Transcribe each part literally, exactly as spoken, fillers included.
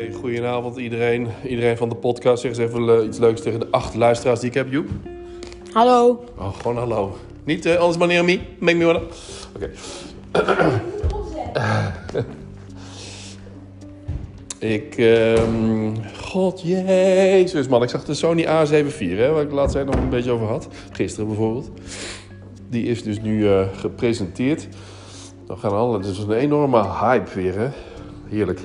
Hey, goedenavond iedereen. Iedereen van de podcast. Zeg eens even uh, iets leuks tegen de acht luisteraars die ik heb, Joep. Hallo. Oh, gewoon hallo. Niet uh, alles maar neer me. Make me wanna. Oké. Ik, um, god jezus man, ik zag de Sony A zeven vier, hè, waar ik de laatste tijd nog een beetje over had. Gisteren bijvoorbeeld. Die is dus nu uh, gepresenteerd. Dan gaan alle, het is een enorme hype weer, hè. Heerlijk.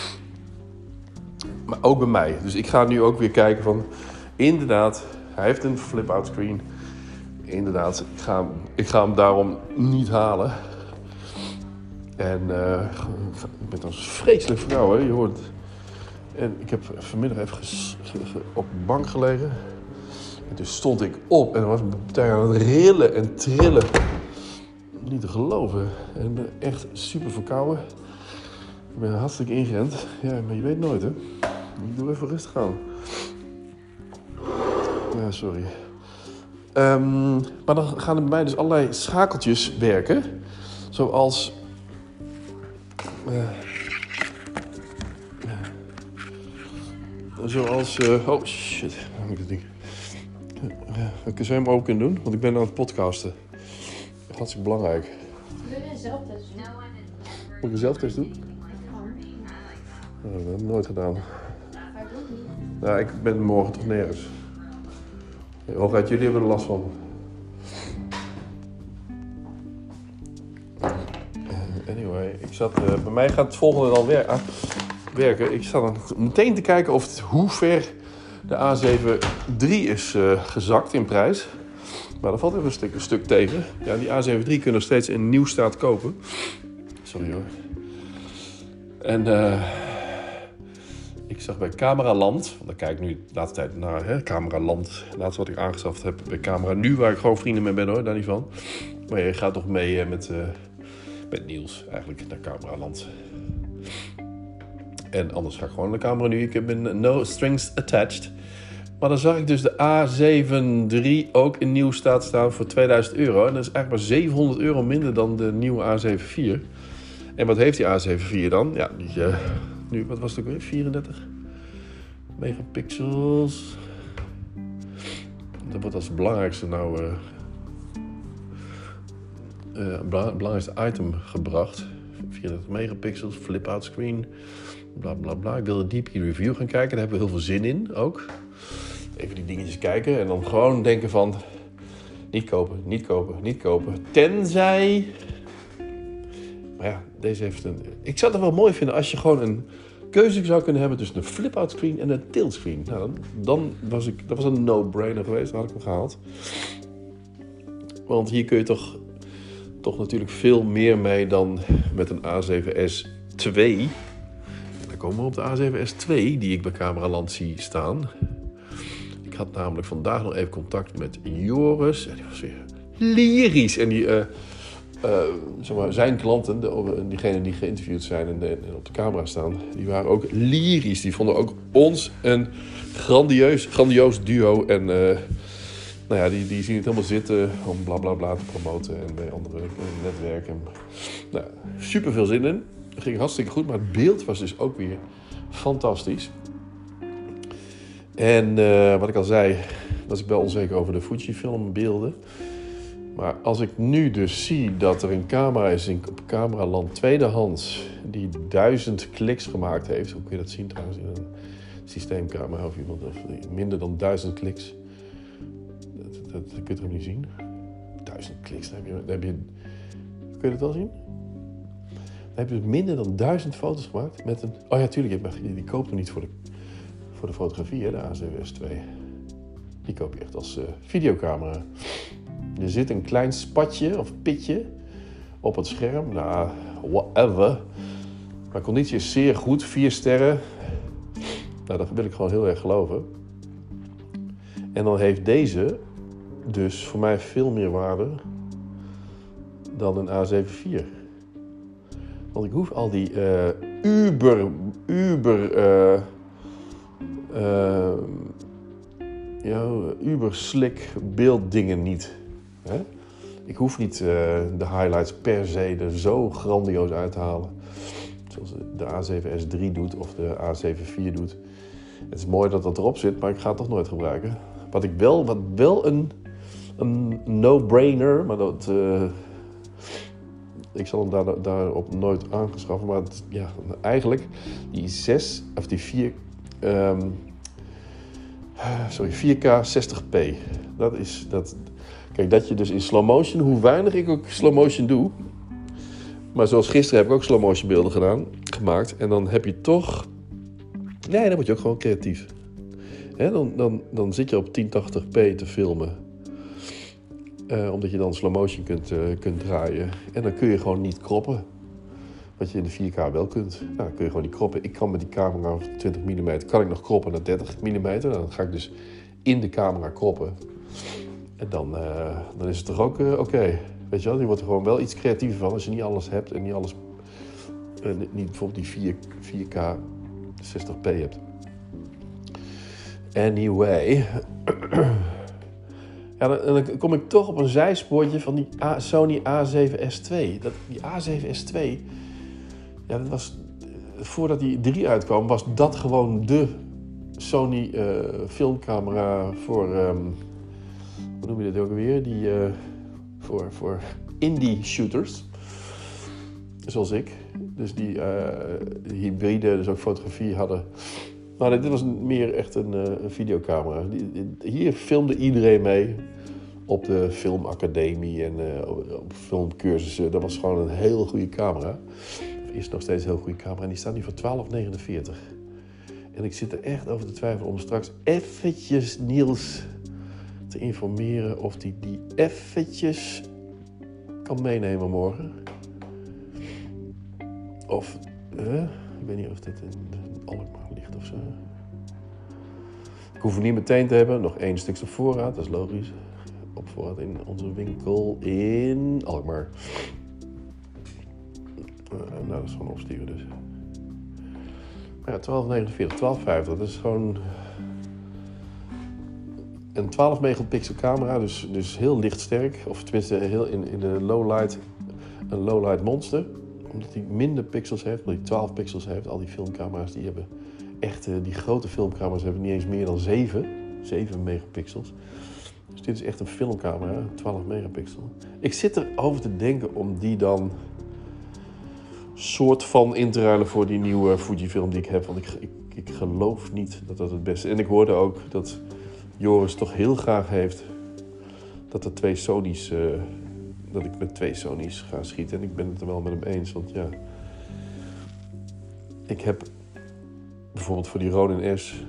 Maar ook bij mij. Dus ik ga nu ook weer kijken van, inderdaad, hij heeft een flip-out screen. Inderdaad, ik ga, hem, ik ga hem daarom niet halen. En uh, ik ben een vreselijk vrouw, hè, je hoort het. En ik heb vanmiddag even ges, ge, ge, op de bank gelegen. En toen stond ik op en dan was ik meteen aan het rillen en trillen. Niet te geloven. En ik ben echt super verkouden. Ik ben hartstikke ingerend. Ja, maar je weet nooit, hè. Ik doe even rustig aan. Ja, sorry. Um, maar dan gaan er bij mij dus allerlei schakeltjes werken. Zoals... Uh, uh, zoals... Uh, oh, shit. Dan moet ik het ding... Uh, uh, zou je hem open kunnen doen? Want ik ben aan het podcasten. Hartstikke belangrijk. Wil je een zelftest doen? Moet ik een zelftest doen? Oh, dat heb ik nooit gedaan. Nou, ik ben morgen toch nergens. Hooguit, jullie hebben er last van. Anyway, ik zat, uh, bij mij gaat het volgende dan wer- ah, werken. Ik sta dan meteen te kijken of het, hoe ver de A zeven drie is uh, gezakt in prijs. Maar dat valt even een stuk, een stuk tegen. Ja, die A zeven drie kunnen nog steeds in nieuw staat kopen. Sorry hoor. En uh, ik zag bij Cameraland, want daar kijk ik nu de laatste tijd naar, hè, Cameraland. Laatst wat ik aangeschaft heb bij Camera Nu, waar ik gewoon vrienden mee ben hoor, daar niet van. Maar je gaat toch mee uh, met, uh, met Niels eigenlijk naar Cameraland. En anders ga ik gewoon naar Camera Nu. Ik ben no strings attached. Maar dan zag ik dus de A zeven drie ook in nieuw staat staan voor tweeduizend euro. En dat is eigenlijk maar zevenhonderd euro minder dan de nieuwe A zeven vier. En wat heeft die A zeven vier dan? Ja, die, uh, nu, wat was het ook weer? vierendertig megapixels. Dat wordt als belangrijkste nou... Uh, uh, belangrijkste item gebracht. vierendertig megapixels, flip-out screen, bla bla bla. Ik wilde diep die review gaan kijken, daar hebben we heel veel zin in ook. Even die dingetjes kijken en dan gewoon denken van... Niet kopen, niet kopen, niet kopen. Tenzij... Maar ja, deze heeft een... Ik zou het wel mooi vinden als je gewoon een keuze zou kunnen hebben tussen een flip-out screen en een tilt screen. Nou, dan, dan was ik... Dat was een no-brainer geweest, dan had ik hem gehaald. Want hier kun je toch... Toch natuurlijk veel meer mee dan met een A zeven S twee. Dan komen we op de A zeven S twee, die ik bij Cameraland zie staan... Ik had namelijk vandaag nog even contact met Joris. En die was weer lyrisch. En die, uh, uh, zeg maar, zijn klanten, de, diegenen die geïnterviewd zijn en, de, en op de camera staan, die waren ook lyrisch. Die vonden ook ons een grandieus, grandioos duo. En uh, nou ja, die, die zien het helemaal zitten om bla bla bla te promoten en bij andere netwerken. Nou, super veel zin in. Het ging hartstikke goed, maar het beeld was dus ook weer fantastisch. En uh, wat ik al zei, was ik wel onzeker over de Fujifilm-beelden. Maar als ik nu dus zie dat er een camera is in, op Cameraland tweedehands... die duizend kliks gemaakt heeft. Hoe kun je dat zien trouwens in een systeemcamera of iemand? Of minder dan duizend kliks. Dat, dat, dat kun je toch niet zien? Duizend kliks, dan heb je... Dan heb je kun je dat wel zien? Dan heb je minder dan duizend foto's gemaakt met een... Oh ja, tuurlijk, die, die koopt hem niet voor de... Voor de fotografie, hè, de A zeven S twee. Die koop je echt als uh, videocamera. Er zit een klein spatje of pitje op het scherm. Nou, whatever. Maar conditie is zeer goed. Vier sterren. Nou, dat wil ik gewoon heel erg geloven. En dan heeft deze dus voor mij veel meer waarde dan een A zeven vier. Want ik hoef al die uh, uber, uber... Uh, Uh, ja, uber slick beelddingen niet. Hè? Ik hoef niet uh, de highlights per se er zo grandioos uit te halen. Zoals de A zeven S drie doet of de A zeven vier doet. Het is mooi dat dat erop zit, maar ik ga het toch nooit gebruiken. Wat ik wel, wat wel een, een no-brainer, maar dat... Uh, ik zal hem daar, daarop nooit aangeschaffen. Maar het, ja, eigenlijk die zes of die vier... Um, sorry, vier K zestig p. Dat is... Dat, kijk, dat je dus in slow motion, hoe weinig ik ook slow motion doe... Maar zoals gisteren heb ik ook slow motion beelden gedaan, gemaakt. En dan heb je toch... Nee, dan word je ook gewoon creatief. Hè, dan, dan, dan zit je op tien tachtig p te filmen. Uh, omdat je dan slow motion kunt, uh, kunt draaien. En dan kun je gewoon niet kroppen. Wat je in de vier K wel kunt. Nou, dan kun je gewoon niet kroppen. Ik kan met die camera van twintig millimeter... kan ik nog kroppen naar dertig millimeter. Dan ga ik dus in de camera kroppen. En dan, uh, dan is het toch ook uh, oké. Okay. Weet je wel, je wordt er gewoon wel iets creatiever van als je niet alles hebt en niet alles, uh, niet bijvoorbeeld die vier K zestig p hebt. Anyway, ja, dan, dan kom ik toch op een zijspoortje van die A, Sony A zeven S twee. Dat, die A zeven S twee, ja, dat was, voordat die drie uitkwam, was dat gewoon de Sony uh, filmcamera voor, um, hoe noem je dat ook alweer, die... Uh, Voor, voor indie shooters. Zoals ik. Dus die uh, hybride, dus ook fotografie hadden. Maar dit was meer echt een, uh, een videocamera. Die, die, hier filmde iedereen mee. Op de filmacademie en uh, op, op filmcursussen. Dat was gewoon een heel goede camera. Of is nog steeds een heel goede camera. En die staat nu voor twaalf negenenveertig. En ik zit er echt over te twijfelen om straks eventjes Niels... te informeren of hij die, die eventjes kan meenemen morgen. Of, uh, ik weet niet of dit in Alkmaar ligt of zo. Ik hoef hem niet meteen te hebben, nog één stuk op voorraad, dat is logisch. Op voorraad in onze winkel in Alkmaar. Uh, nou, dat is gewoon opsturen dus. Maar ja, twaalf negenenveertig, twaalf vijftig, dat is gewoon... Een twaalf megapixel camera, dus, dus heel lichtsterk. Of tenminste heel in, in de lowlight, een lowlight monster. Omdat hij minder pixels heeft, omdat hij twaalf pixels heeft. Al die filmcamera's die hebben echt, uh, die grote filmcamera's hebben niet eens meer dan zeven. zeven megapixels. Dus dit is echt een filmcamera, twaalf megapixel. Ik zit erover te denken om die dan soort van in te ruilen voor die nieuwe Fujifilm die ik heb. Want ik, ik, ik geloof niet dat dat het beste is. En ik hoorde ook dat... Joris toch heel graag heeft dat er twee Sony's, uh, dat ik met twee Sony's ga schieten. En ik ben het er wel met hem eens, want ja, ik heb bijvoorbeeld voor die Ronin S,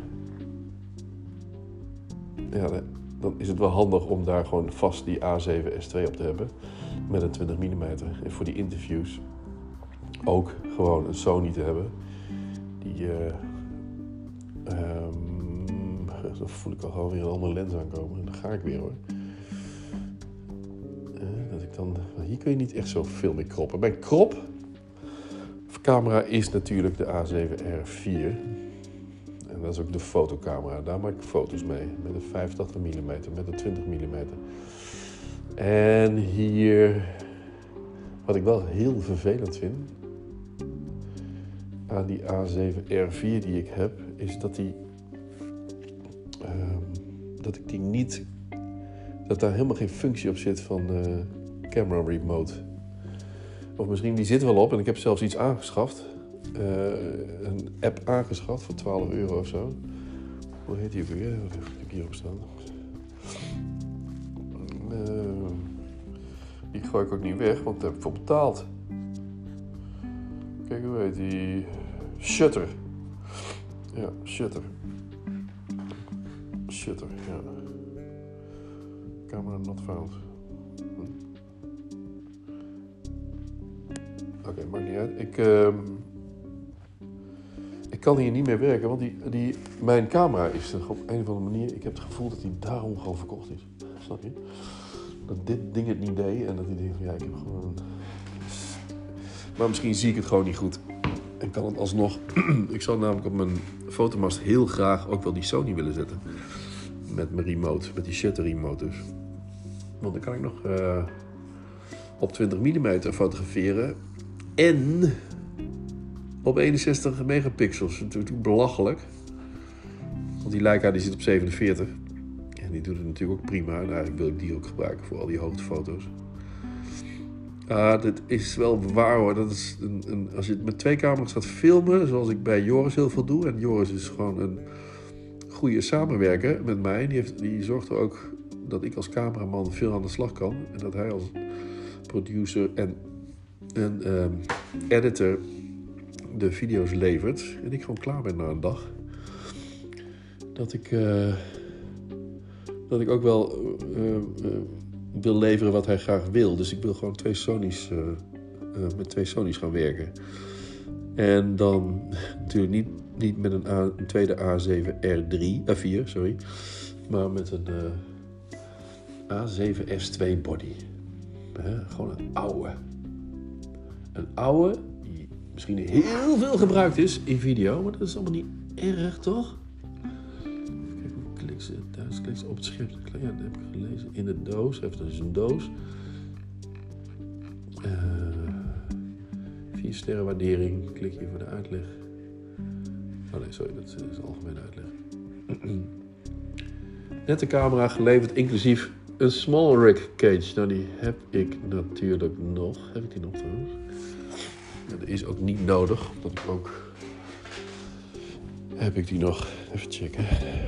ja, dan is het wel handig om daar gewoon vast die A zeven S twee op te hebben met een twintig millimeter. En voor die interviews ook gewoon een Sony te hebben die... Uh, um, Dan voel ik al gewoon weer een andere lens aankomen. En dan ga ik weer hoor. Uh, dat ik dan, hier kun je niet echt zo veel mee kroppen. Mijn krop camera is natuurlijk de A zeven R vier. En dat is ook de fotocamera. Daar maak ik foto's mee. Met een vijfentachtig millimeter, met een twintig millimeter. En hier, wat ik wel heel vervelend vind aan die A zeven R vier die ik heb, is dat die Uh, dat ik die niet... dat daar helemaal geen functie op zit van uh, camera remote. Of misschien die zit wel op en ik heb zelfs iets aangeschaft. Uh, een app aangeschaft voor twaalf euro of zo. Hoe heet die ook weer? Wat heb ik hierop staan? Uh, die gooi ik ook niet weg, want daar heb ik voor betaald. Kijk, hoe heet die? Shutter. Ja, Shutter. Shutter, ja. Camera not found. Hm. Oké, okay, maakt niet uit. Ik, uh, ik kan hier niet meer werken, want die, die, mijn camera is er op een of andere manier... Ik heb het gevoel dat die daarom gewoon verkocht is. Snap je? Dat dit ding het niet deed en dat die denkt van ja, ik heb gewoon... Maar misschien zie ik het gewoon niet goed. En kan het alsnog... Ik zou namelijk op mijn fotomast heel graag ook wel die Sony willen zetten. Met mijn remote, met die shutter remote dus. Want dan kan ik nog uh, op twintig millimeter fotograferen. En op eenenzestig megapixels. Dat is natuurlijk belachelijk. Want die Leica die zit op zevenenveertig. En die doet het natuurlijk ook prima. En eigenlijk wil ik die ook gebruiken voor al die hoogtefoto's. Ah, dit is wel waar hoor. Dat is een, een, als je het met twee camera's gaat filmen, zoals ik bij Joris heel veel doe. En Joris is gewoon een goede samenwerker met mij. Die, heeft, die zorgt er ook dat ik als cameraman veel aan de slag kan. En dat hij als producer en, en um, editor de video's levert. En ik gewoon klaar ben na een dag. Dat ik, uh, dat ik ook wel uh, uh, wil leveren wat hij graag wil. Dus ik wil gewoon twee Sony's, uh, uh, met twee Sony's gaan werken. En dan natuurlijk niet, niet met een, A, een tweede A zeven R drie, A vier, sorry. Maar met een uh, A zeven S twee body. Uh, gewoon een oude. Een oude die misschien heel veel gebruikt is in video. Maar dat is allemaal niet erg, toch? Kijk hoe klik ze. Daar klik ze op het scherm. Ja, dat heb ik gelezen. In de doos. Even, dat is een doos. Uh, vier sterren waardering. Klik hier voor de uitleg. Oh nee, sorry. Dat is de algemene uitleg. Net de camera geleverd, inclusief een small rig cage. Nou, die heb ik natuurlijk nog. Heb ik die nog trouwens? Ja, dat is ook niet nodig. Omdat ik ook... Heb ik die nog? Even checken.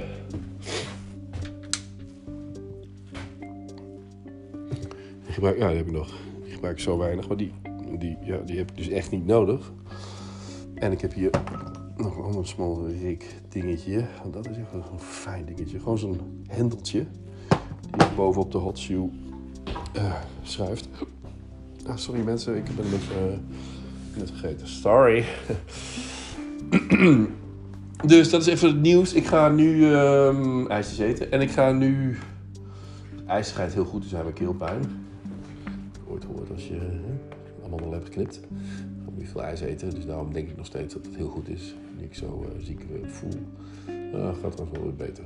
Die gebruik, ja, die heb ik nog. Die gebruik ik zo weinig. Maar die, die, ja, die heb ik dus echt niet nodig. En ik heb hier nog een ander small rig dingetje. Want dat is echt wel een fijn dingetje. Gewoon zo'n hendeltje. Die bovenop de hot shoe uh, schuift. Ah, sorry mensen, ik ben een beetje uh, net vergeten. Sorry. Dus dat is even het nieuws. Ik ga nu um, ijsjes eten. En ik ga nu... IJs schijnt heel goed te zijn bij keelpijn. Ik ooit gehoord als je uh, allemaal wel hebt geknipt. Dan moet je veel ijs eten. Dus daarom denk ik nog steeds dat het heel goed is. Nu ik zo uh, ziek uh, voel. Uh, gaat het wel weer beter.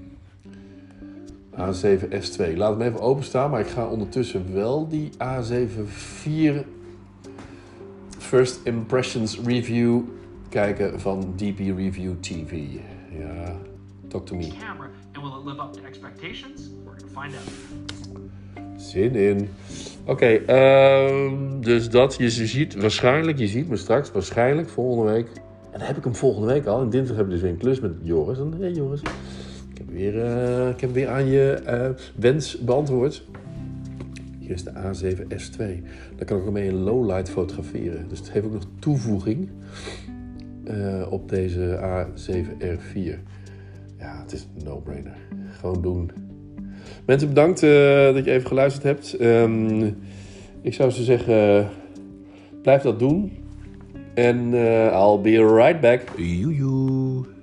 A zeven S twee. Laat hem even openstaan. Maar ik ga ondertussen wel die A zeven vier First Impressions Review kijken van D P Review T V. Ja, talk to me. Camera, and will it live up to expectations? We're gonna find out. Zin in. Oké, okay, um, dus dat. Je ziet waarschijnlijk, je ziet me straks waarschijnlijk volgende week. En dan heb ik hem volgende week al. En dinsdag heb ik dus weer een klus met Joris. En hé hey Joris, ik heb, weer, uh, ik heb weer aan je uh, wens beantwoord. Hier is de A zeven S twee. Daar kan ik ook mee in lowlight fotograferen. Dus het heeft ook nog toevoeging uh, op deze A zeven R vier. Ja, het is een no-brainer. Gewoon doen. Mensen, bedankt uh, dat je even geluisterd hebt. Um, ik zou ze zeggen, uh, blijf dat doen. En uh, I'll be right back. Joejoe.